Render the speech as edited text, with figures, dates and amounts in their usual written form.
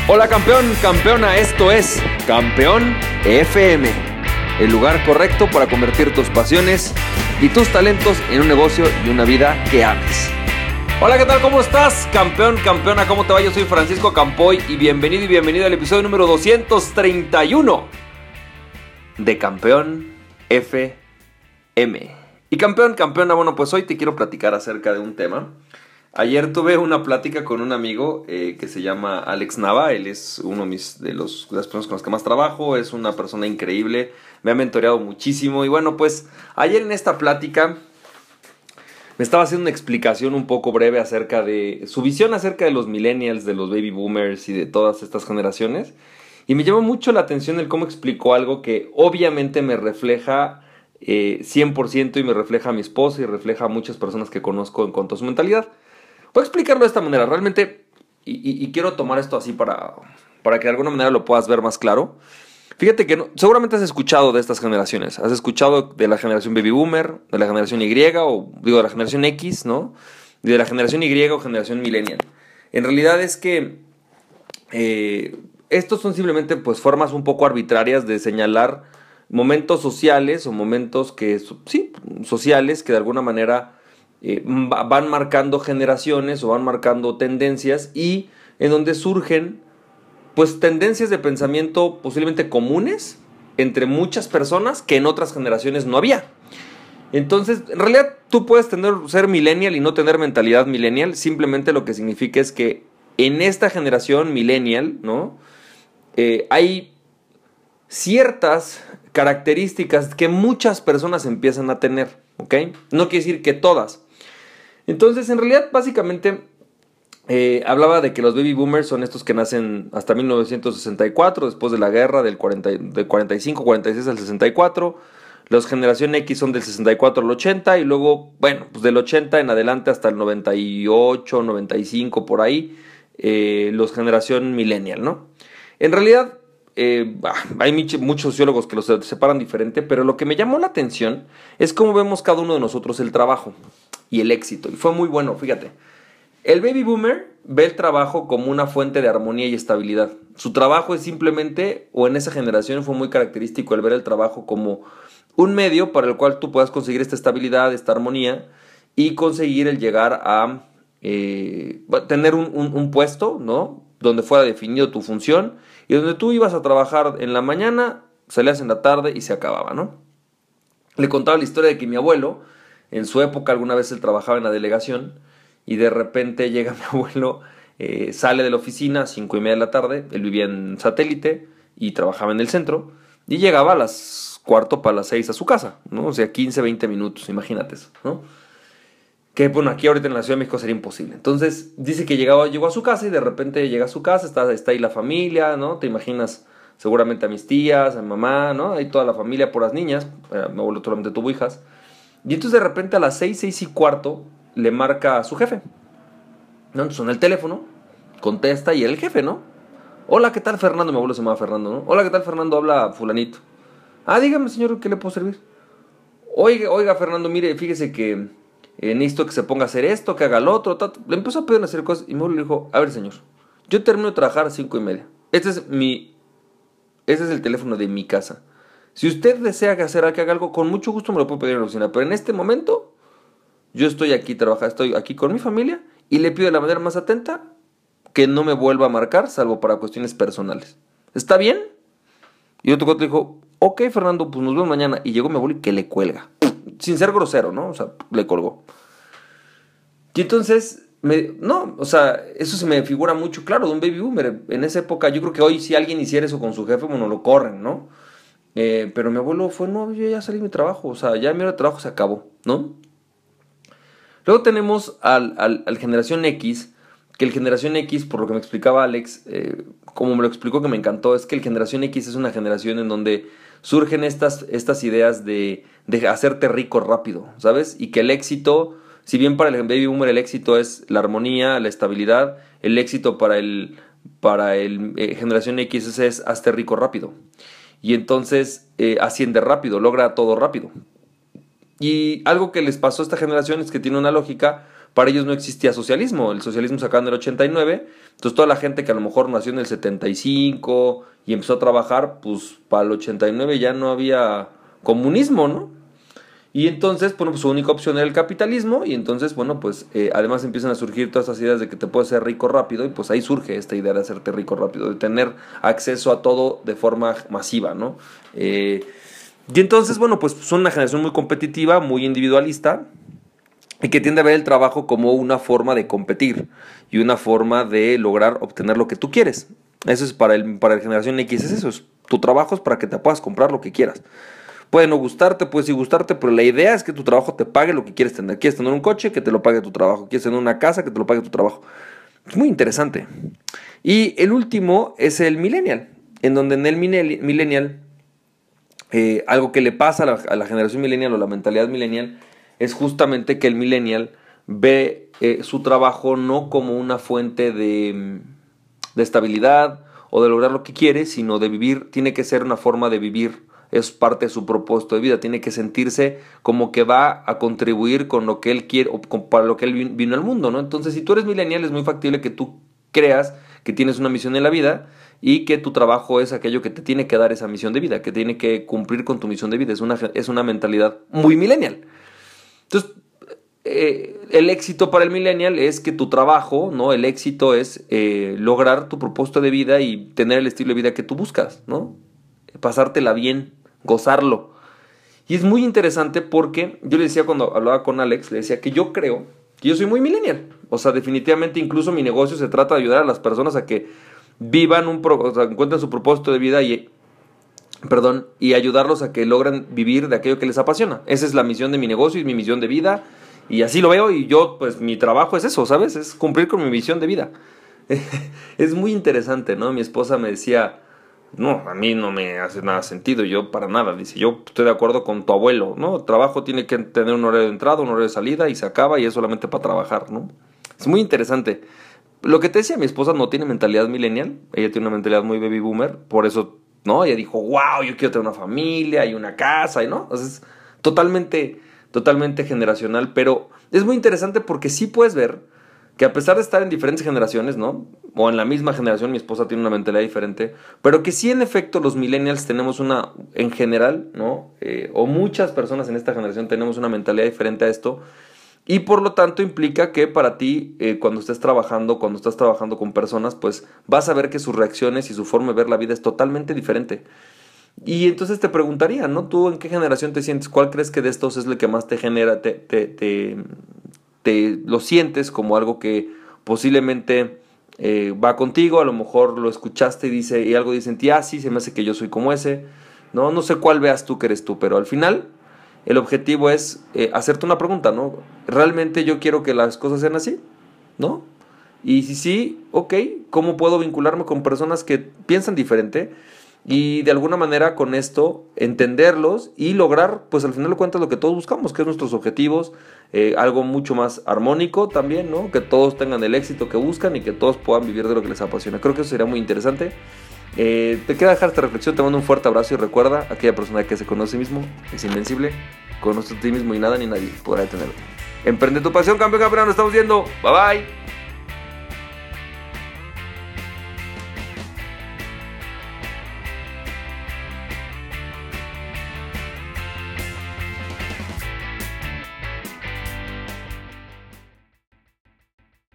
Hola campeón, campeona, esto es Campeón FM, el lugar correcto para convertir tus pasiones y tus talentos en un negocio y una vida que ames. Hola, ¿qué tal? ¿Cómo estás? Campeón, campeona, ¿cómo te va? Yo soy Francisco Campoy y bienvenido al episodio número 231 de Campeón FM. Y campeón, campeona, bueno, pues hoy te quiero platicar acerca de un tema. Ayer tuve una plática con un amigo que se llama Alex Nava. Él es uno de las personas con las que más trabajo. Es una persona increíble. Me ha mentoreado muchísimo. Y bueno, pues ayer en esta plática me estaba haciendo una explicación un poco breve acerca de su visión acerca de los millennials, de los baby boomers y de todas estas generaciones. Y me llamó mucho la atención el cómo explicó algo que obviamente me refleja 100% y me refleja a mi esposa y refleja a muchas personas que conozco en cuanto a su mentalidad. Voy a explicarlo de esta manera, realmente, y quiero tomar esto así para que de alguna manera lo puedas ver más claro. Fíjate que seguramente has escuchado de estas generaciones. Has escuchado de la generación Baby Boomer, de la generación Y, o digo de la generación X, ¿no? Y de la generación Y o generación Millennial. En realidad es que estos son simplemente pues formas un poco arbitrarias de señalar momentos sociales o momentos que, sí, sociales que de alguna manera van marcando generaciones o van marcando tendencias y en donde surgen pues tendencias de pensamiento posiblemente comunes entre muchas personas que en otras generaciones no había. Entonces, en realidad tú puedes ser millennial y no tener mentalidad millennial. Simplemente lo que significa es que en esta generación millennial, ¿no? Hay ciertas características que muchas personas empiezan a tener, ¿ok? No quiere decir que todas. Entonces, en realidad, básicamente, hablaba de que los baby boomers son estos que nacen hasta 1964, después de la guerra, del 45, 46 al 64. Los generación X son del 64 al 80 y luego, bueno, pues del 80 en adelante hasta el 98, 95, por ahí, los generación millennial, ¿no? En realidad, hay muchos sociólogos que los separan diferente, pero lo que me llamó la atención es cómo vemos cada uno de nosotros el trabajo y el éxito. Y fue muy bueno, fíjate. El baby boomer ve el trabajo como una fuente de armonía y estabilidad. Su trabajo es simplemente, o en esa generación fue muy característico el ver el trabajo como un medio para el cual tú puedas conseguir esta estabilidad, esta armonía y conseguir el llegar a tener un puesto, ¿no? Donde fuera definido tu función y donde tú ibas a trabajar en la mañana, salías en la tarde y se acababa, ¿no? Le contaba la historia de que mi abuelo, en su época, alguna vez él trabajaba en la delegación y de repente llega mi abuelo, sale de la oficina a 5:30 de la tarde, él vivía en Satélite y trabajaba en el centro y llegaba a las 5:45 a su casa, ¿no? O sea, 15, 20 minutos, imagínate eso, ¿no? Que bueno, aquí ahorita en la Ciudad de México sería imposible. Entonces dice que llegó a su casa y de repente llega a su casa, está ahí la familia, ¿no? Te imaginas seguramente a mis tías, a mi mamá, ¿no? Ahí toda la familia, puras niñas, mi abuelo solamente tuvo hijas. Y entonces de repente a las 6:45 le marca a su jefe, ¿no? Entonces suena el teléfono, contesta y era el jefe, ¿no? Hola, ¿qué tal, Fernando? Mi abuelo se llamaba Fernando, ¿no? Hola, ¿qué tal, Fernando? Habla fulanito. Ah, dígame, señor, ¿qué le puedo servir? Oiga, Fernando, mire, fíjese que necesito que se ponga a hacer esto, que haga lo otro, Le empezó a pedir a hacer cosas y mi abuelo le dijo, a ver, señor, yo termino de trabajar a 5:30. Este es el teléfono de mi casa. Si usted desea que haga algo, con mucho gusto me lo puede pedir en la oficina, pero en este momento yo estoy aquí trabajando, estoy aquí con mi familia y le pido de la manera más atenta que no me vuelva a marcar, salvo para cuestiones personales. ¿Está bien? Y otro cuate dijo, ok, Fernando, pues nos vemos mañana. Y llegó mi abuelo y que le cuelga. Sin ser grosero, ¿no? O sea, le colgó. Y entonces, eso se me figura mucho claro de un baby boomer. En esa época, yo creo que hoy si alguien hiciera eso con su jefe, bueno, lo corren, ¿no? Pero mi abuelo fue, no, yo ya salí de mi trabajo. O sea, ya mi hora de trabajo se acabó, ¿no? Luego tenemos al generación X, que el generación X, por lo que me explicaba Alex, como me lo explicó que me encantó, es que el generación X es una generación en donde surgen estas ideas de hacerte rico rápido, ¿sabes? Y que el éxito, si bien para el baby boomer el éxito es la armonía, la estabilidad, el éxito para el generación X es hazte rico rápido. Y entonces asciende rápido, logra todo rápido. Y algo que les pasó a esta generación es que tiene una lógica para ellos no existía socialismo. El socialismo se acaba en el 89. Entonces toda la gente que a lo mejor nació en el 75 y empezó a trabajar, pues para el 89 ya no había comunismo, ¿no? Y entonces, bueno, pues su única opción era el capitalismo. Y entonces, bueno, pues además empiezan a surgir todas esas ideas de que te puedes hacer rico rápido. Y pues ahí surge esta idea de hacerte rico rápido, de tener acceso a todo de forma masiva, ¿no? Y entonces, bueno, pues son una generación muy competitiva, muy individualista, y que tiende a ver el trabajo como una forma de competir y una forma de lograr obtener lo que tú quieres. Eso es para la generación X, es eso. Tu trabajo es para que te puedas comprar lo que quieras. Puede no gustarte, puede sí gustarte, pero la idea es que tu trabajo te pague lo que quieres tener. ¿Quieres tener un coche? Que te lo pague tu trabajo. ¿Quieres tener una casa? Que te lo pague tu trabajo. Es muy interesante. Y el último es el millennial, en donde en el millennial, algo que le pasa a la generación millennial o la mentalidad millennial es justamente que el millennial ve su trabajo no como una fuente de estabilidad o de lograr lo que quiere, sino de vivir. Tiene que ser una forma de vivir. Es parte de su propósito de vida. Tiene que sentirse como que va a contribuir con lo que él quiere o para lo que él vino al mundo, ¿no? Entonces, si tú eres millennial, es muy factible que tú creas que tienes una misión en la vida y que tu trabajo es aquello que te tiene que dar esa misión de vida, que tiene que cumplir con tu misión de vida. Es una mentalidad muy millennial. Entonces, el éxito para el millennial es que tu trabajo, ¿no? El éxito es lograr tu propósito de vida y tener el estilo de vida que tú buscas, ¿no? Pasártela bien, gozarlo. Y es muy interesante porque yo le decía cuando hablaba con Alex, le decía que yo creo que yo soy muy millennial. O sea, definitivamente incluso mi negocio se trata de ayudar a las personas a que vivan o sea, encuentren su propósito de vida y ayudarlos a que logren vivir de aquello que les apasiona. Esa es la misión de mi negocio y mi misión de vida. Y así lo veo y yo, pues mi trabajo es eso, ¿sabes? Es cumplir con mi misión de vida. Es muy interesante, ¿no? Mi esposa me decía, no, a mí no me hace nada sentido, yo para nada. Dice, yo estoy de acuerdo con tu abuelo, ¿no? El trabajo tiene que tener un horario de entrada, un horario de salida y se acaba y es solamente para trabajar, ¿no? Es muy interesante. Lo que te decía, mi esposa no tiene mentalidad millennial, ella tiene una mentalidad muy baby boomer, por eso, ¿no? Ella dijo, wow, yo quiero tener una familia y una casa, y ¿no? Entonces, totalmente generacional, pero es muy interesante porque sí puedes ver que a pesar de estar en diferentes generaciones, ¿no? O en la misma generación, mi esposa tiene una mentalidad diferente, pero que sí en efecto los millennials tenemos en general, ¿no? O muchas personas en esta generación tenemos una mentalidad diferente a esto, y por lo tanto implica que para ti, cuando estás trabajando con personas, pues vas a ver que sus reacciones y su forma de ver la vida es totalmente diferente. Y entonces te preguntaría, ¿no? ¿Tú en qué generación te sientes? ¿Cuál crees que de estos es el que más te genera, lo sientes como algo que posiblemente va contigo? A lo mejor lo escuchaste y algo dice en ti, sí, se me hace que yo soy como ese. No sé cuál veas tú que eres tú, pero al final el objetivo es hacerte una pregunta, ¿no? ¿Realmente yo quiero que las cosas sean así? ¿No? Y si sí, ok, ¿cómo puedo vincularme con personas que piensan diferente? Y de alguna manera con esto entenderlos y lograr, pues al final de cuentas, lo que todos buscamos, que es nuestros objetivos, algo mucho más armónico también, ¿no? Que todos tengan el éxito que buscan y que todos puedan vivir de lo que les apasiona. Creo que eso sería muy interesante. Te queda dejar esta reflexión, te mando un fuerte abrazo y recuerda, aquella persona que se conoce a sí mismo es invencible, conoce a ti mismo y nada ni nadie podrá detenerlo. Emprende tu pasión, campeón, nos estamos viendo, bye bye.